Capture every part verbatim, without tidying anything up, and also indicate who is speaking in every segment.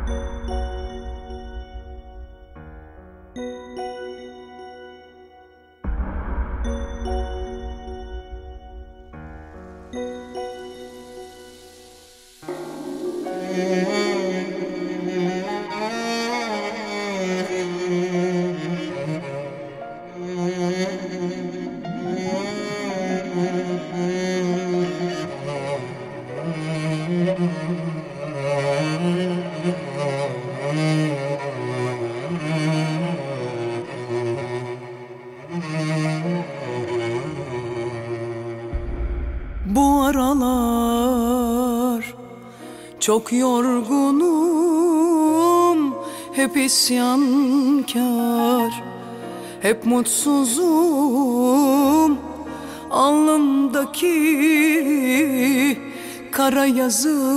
Speaker 1: Bu aralar çok yorgunum, hep isyankar, hep mutsuzum. Alnımdaki kara yazı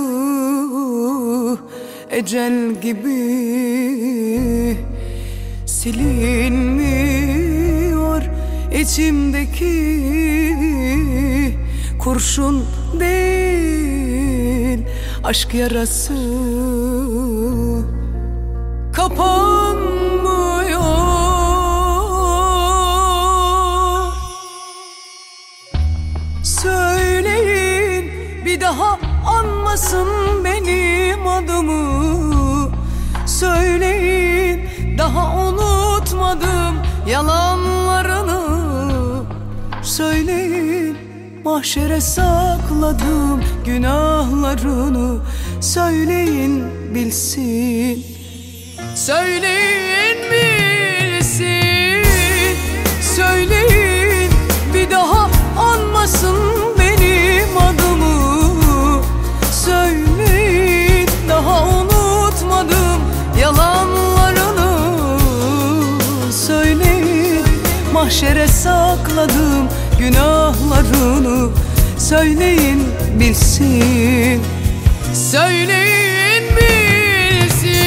Speaker 1: ecel gibi silinmiyor. İçimdeki kurşun değil, aşk yarası kapanmıyor. Söyleyin, bir daha anmasın benim adımı. Söyleyin, daha unutmadım yalanlarını. Söyleyin, mahşere sakladım günahlarını. Söyleyin bilsin, söyleyin bilsin. Söyleyin, bir daha anmasın benim adımı. Söyleyin, daha unutmadım yalanlarını. Söyleyin, mahşere sakladım günahlarını. Söyleyin bilsin, söyleyin bilsin.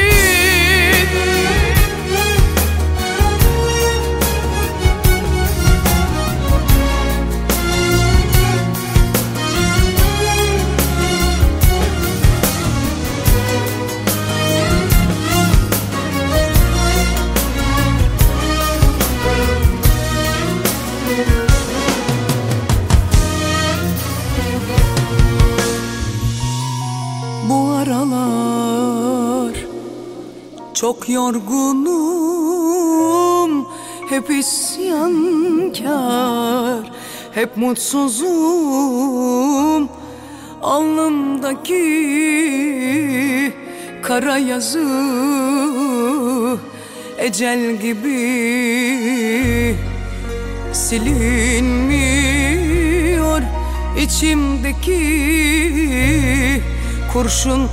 Speaker 1: Bu aralar çok yorgunum, hep isyankar, hep mutsuzum. Alnımdaki kara yazı ecel gibi silinmiyor. İçimdeki kurşun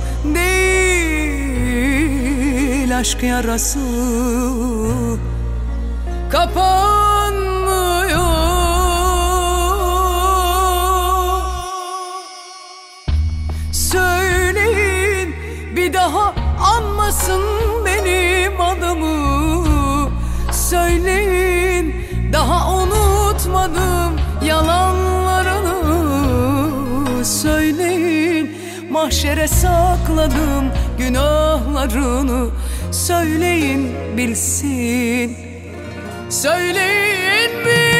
Speaker 1: değil, aşk yarası kapanmıyor. Söyleyin, bir daha anmasın benim adımı. Söyleyin, daha unutmadım yalanlarını. Söyleyin, mahşere sakladım günahlarını. Söyleyin bilsin, söyleyin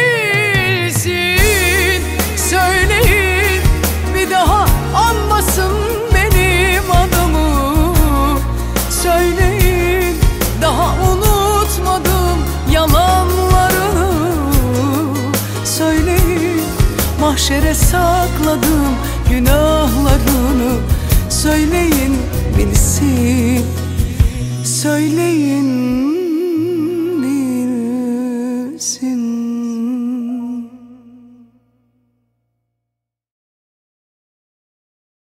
Speaker 1: bilsin. Söyleyin, bir daha anmasın benim adımı. Söyleyin, daha unutmadım yalanlarını. Söyleyin, mahşere sakladım günahlarını. Söyleyin bilsin, söyleyin bilsin.